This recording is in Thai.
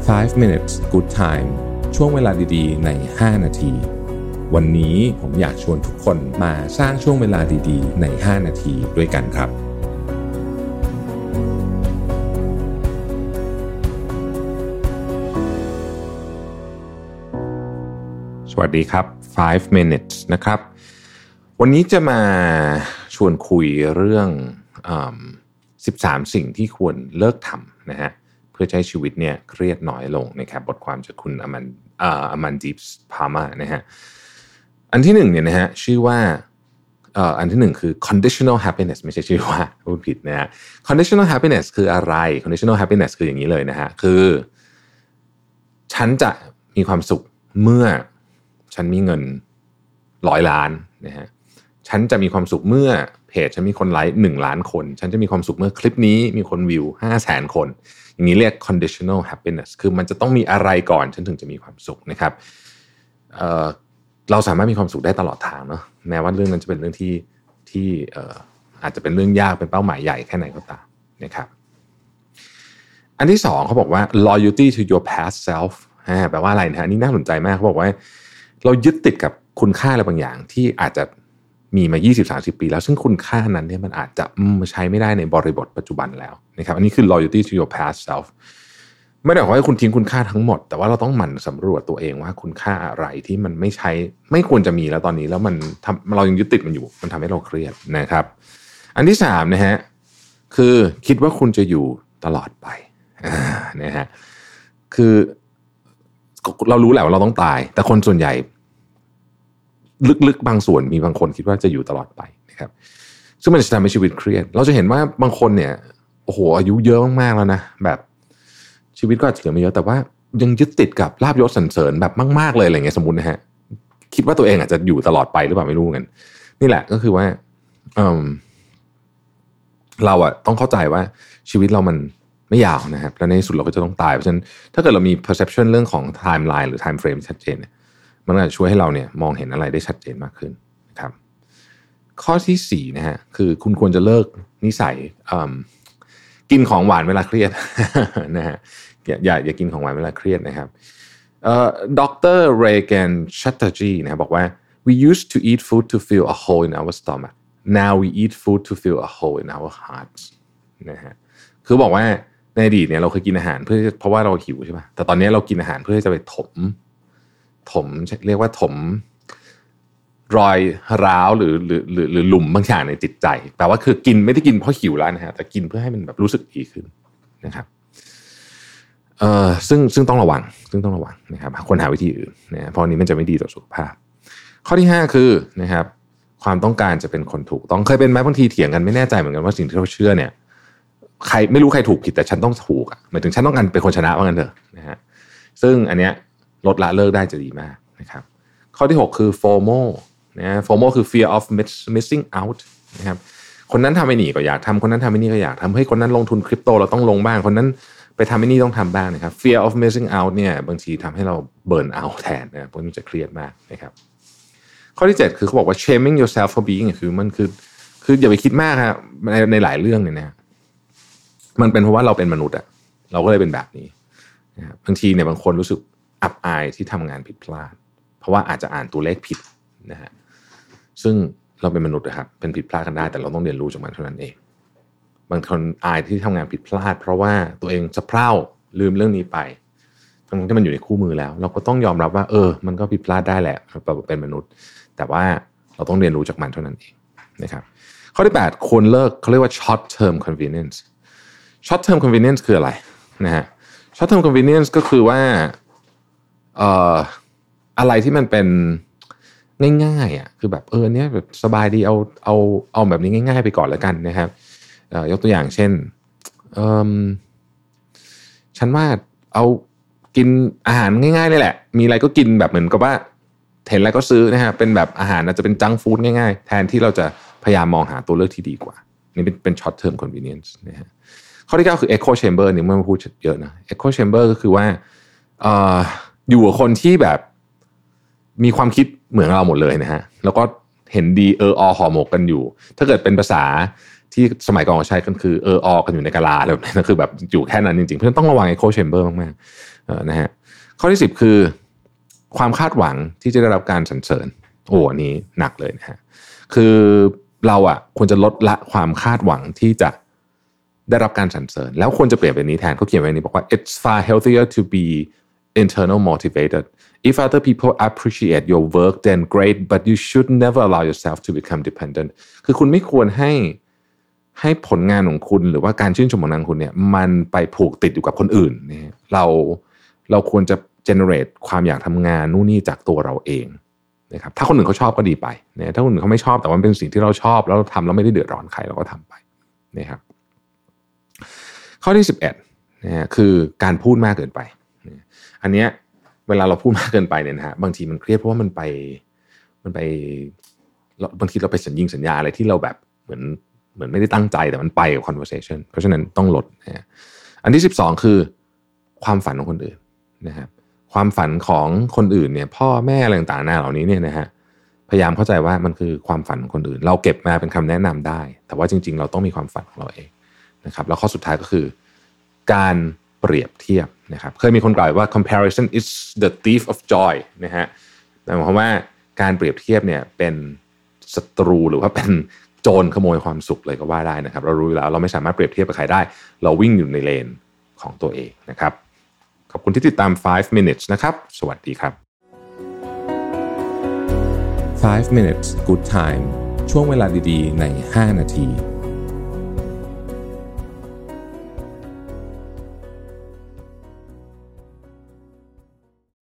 5 minutes good time ช่วงเวลาดีๆใน5นาทีวันนี้ผมอยากชวนทุกคนมาสร้างช่วงเวลาดีๆใน5นาทีด้วยกันครับสวัสดีครับ5 minutes นะครับวันนี้จะมาชวนคุยเรื่อง13 สิ่งที่ควรเลิกทำนะฮะเพื่อใช้ชีวิตเนี่ยเครียดน้อยลงนะครับบทความจากคุณอมันดีฟส์พามานะฮะอันที่หนึ่งเนี่ยนะฮะชื่อว่าอันที่หนึ่งคือ conditional happiness ไม่ใช่ชื่อว่าพูดผิดนะฮะ conditional happiness คืออะไร conditional happiness คืออย่างนี้เลยนะฮะคือฉันจะมีความสุขเมื่อฉันมีเงิน100 ล้านนะฮะฉันจะมีความสุขเมื่อเพจฉันมีคนไลค์1 ล้านคนฉันจะมีความสุขเมื่อคลิปนี้มีคนวิว 500,000 คนอย่างนี้เรียก conditional happiness คือมันจะต้องมีอะไรก่อนฉันถึงจะมีความสุขนะครับเราสามารถมีความสุขได้ตลอดทางเนาะแม้ว่าเรื่องนั้นจะเป็นเรื่องที่อาจจะเป็นเรื่องยากเป็นเป้าหมายใหญ่แค่ไหนก็ตามนะครับอันที่สองเขาบอกว่า loyalty to your past self แปลว่าอะไรนะฮะนี่น่าสนใจมากเขาบอกว่าเรายึดติดกับคุณค่าอะไรบางอย่างที่อาจจะมีมา 20-30 ปีแล้วซึ่งคุณค่านั้นเนี่ยมันอาจจะใช้ไม่ได้ในบริบทปัจจุบันแล้วนะครับอันนี้คือ loyalty to your past self ไม่ได้หมายความว่าคุณทิ้งคุณค่าทั้งหมดแต่ว่าเราต้องหมั่นสำรวจตัวเองว่าคุณค่าอะไรที่มันไม่ควรจะมีแล้วตอนนี้แล้วเรายังยึดติดมันอยู่มันทำให้เราเครียดนะครับอันที่สามนะฮะคือคิดว่าคุณจะอยู่ตลอดไปนะฮะคือเรารู้แหละว่าเราต้องตายแต่คนส่วนใหญ่ลึกๆบางส่วนมีบางคนคิดว่าจะอยู่ตลอดไปนะครับซึ่งมันจะทำให้ชีวิตเครียดเราจะเห็นว่าบางคนเนี่ยโอ้โหอายุเยอะมากๆแล้วนะแบบชีวิตก็อาจจะเหลือไม่เยอะแต่ว่ายังยึดติดกับลาภยศสรรเสริญแบบมากๆเลยอะไรเงี้ยสมมุตินะฮะคิดว่าตัวเองอาจจะอยู่ตลอดไปหรือเปล่าไม่รู้กันนี่แหละก็คือว่าเราอะต้องเข้าใจว่าชีวิตเรามันไม่ยาวนะครับแล้วในที่สุดเราก็จะต้องตายเพราะฉะนั้นถ้าเกิดเรามี perception เรื่องของ timeline หรือ time frame ชัดเจนเนี่ยมันอาจจะช่วยให้เราเนี่ยมองเห็นอะไรได้ชัดเจนมากขึ้นนะครับข้อที่4นะฮะคือคุณควรจะเลิกนิสัยกินของหวานเวลาเครียด นะฮะอย่ากินของหวานเวลาเครียดนะครับดร. Regan Chatterjee นะบอกว่า we used to eat food to fill a hole in our stomach now we eat food to fill a hole in our hearts นะฮะคือบอกว่าในอดีตเนี่ยเราเคยกินอาหารเพราะว่าเราหิวใช่ป่ะแต่ตอนนี้เรากินอาหารเพื่อจะไปถมเรียกว่าถมรอยร้าวหรือหลุมบางอย่างในจิตใจแปลว่าคือกินไม่ได้กินเพราะหิวแล้วนะฮะแต่กินเพื่อให้มันแบบรู้สึกดีขึ้นนะครับซึ่งต้องระวังนะครับควรหาวิธีอื่นนะเพราะนี้มันจะไม่ดีต่อสุขภาพข้อที่5คือนะครับความต้องการจะเป็นคนถูกต้องเคยเป็นไหมบางทีเถียงกันไม่แน่ใจเหมือนกันว่าสิ่งที่เราเชื่อเนี่ยใครไม่รู้ใครถูกผิดแต่ฉันต้องถูกหมายถึงฉันต้องการเป็นคนชนะว่างั้นเถอะนะฮะซึ่งอันเนี้ยลดละเลิกได้จะดีมากนะครับข้อที่6คือ FOMO นะ FOMO คือ fear of missing out นะครับคนนั้นทำไอ้นี่ก็อยากทำคนนั้นทำไอ้นี่ก็อยากทำให้คนนั้นลงทุนคริปโตเราต้องลงบ้างคนนั้นไปทำไอ้นี่ต้องทำบ้างนะครับ fear of missing out เนี่ยบางทีทำให้เราเบิร์นเอาท์แทนนะพวกนี้จะเครียดมากนะครับข้อที่7คือเขาบอกว่า shaming yourself for being a human คืออย่าไปคิดมากครับในหลายเรื่องเนี่ยนะมันเป็นเพราะว่าเราเป็นมนุษย์อะเราก็เลยเป็นแบบนี้นะครับบางทีเนี่ยบางคนรู้สึกอับอายที่ทำงานผิดพลาดเพราะว่าอาจจะอ่านตัวเลขผิดนะฮะซึ่งเราเป็นมนุษย์นะครับเป็นผิดพลาดกันได้แต่เราต้องเรียนรู้จากมันเท่านั้นเองบางคนอายที่ทำงานผิดพลาดเพราะว่าตัวเองสะเพร่าลืมเรื่องนี้ไปทั้งที่มันอยู่ในคู่มือแล้วเราก็ต้องยอมรับว่ามันก็ผิดพลาดได้แหละเราเป็นมนุษย์แต่ว่าเราต้องเรียนรู้จากมันเท่านั้นเองนะครับข้อที่8ควรเลิกเขาเรียกว่า short term convenience short term convenience คืออะไรนะฮะ short term convenience ก็คือว่าอะไรที่มันเป็นง่ายๆอ่ะคือแบบเนี้ยแบบสบายดีเอาแบบนี้ง่ายๆไปก่อนแล้วกันนะครับยกตัวอย่างเช่นฉันว่าเอากินอาหารง่ายๆนี่แหละมีอะไรก็กินแบบเหมือนกับว่าเห็นอะไรก็ซื้อนะฮะเป็นแบบอาหารอาจจะเป็นจังก์ฟู้ดง่ายๆแทนที่เราจะพยายามมองหาตัวเลือกที่ดีกว่านี่เป็น short term convenience นะฮะข้อที่9คือ echo chamber นี่ไม่พูดเยอะนะ echo chamber ก็คือว่าอยู่กับคนที่แบบมีความคิดเหมือนเราหมดเลยนะฮะแล้วก็เห็นดีห่อหมกกันอยู่ถ้าเกิดเป็นภาษาที่สมัยก่อนใช้กันคือกันอยู่ในกะลาแบบนั้นคือแบบอยู่แค่นั้นจริงๆเพราะฉะนั้นต้องระวัง echo chamber มากๆนะฮะข้อที่10คือความคาดหวังที่จะได้รับการสรรเสริญอันนี้หนักเลยนะฮะคือเราควรจะลดละความคาดหวังที่จะได้รับการสรรเสริญแล้วควรจะเปลี่ยนเป็นนี้แทนเขาเขียนไว้นี้บอกว่า it's far healthier to be internal motivated if other people appreciate your work then great but you should never allow yourself to become dependent คือคุณไม่ควรให้ผลงานของคุณหรือว่าการชื่นชมของงานคุณเนี่ยมันไปผูกติดอยู่กับคนอื่นนะเราควรจะ generate ความอยากทำงานนู่นนี่จากตัวเราเองนะครับถ้าคนอื่นเขาชอบก็ดีไปนะถ้าคนอื่นเขาไม่ชอบแต่ว่าเป็นสิ่งที่เราชอบแล้วเราทำแล้วไม่ได้เดือดร้อนใครเราก็ทำไปนะครับข้อที่11นะฮะคือการพูดมากเกินไปอันเนี้ยเวลาเราพูดมากเกินไปเนี่ยนะฮะบางทีมันเครียดเพราะว่ามันไปบางทีเราไปสัญญาอะไรที่เราแบบเหมือนไม่ได้ตั้งใจแต่มันไปกับ conversation เพราะฉะนั้นต้องลดนะฮะอันที่12คือความฝันของคนอื่นนะครับความฝันของคนอื่นเนี่ยพ่อแม่อะไรต่างๆเหล่านี้เนี่ยนะฮะพยายามเข้าใจว่ามันคือความฝันของคนอื่นเราเก็บมาเป็นคำแนะนำได้แต่ว่าจริงๆเราต้องมีความฝันของเราเองนะครับแล้วข้อสุดท้ายก็คือการเปรียบเทียบนะครับเคยมีคนกล่าวว่า comparison is the thief of joy นะฮะหมายความว่าการเปรียบเทียบเนี่ยเป็นศัตรูหรือว่าเป็นโจรขโมยความสุขเลยก็ว่าได้นะครับเรารู้อยู่แล้วเราไม่สามารถเปรียบเทียบกับใครได้เราวิ่งอยู่ในเลนของตัวเองนะครับขอบคุณที่ติดตาม5 minutes นะครับสวัสดีครับ5 minutes good time ช่วงเวลาดีๆใน5 นาที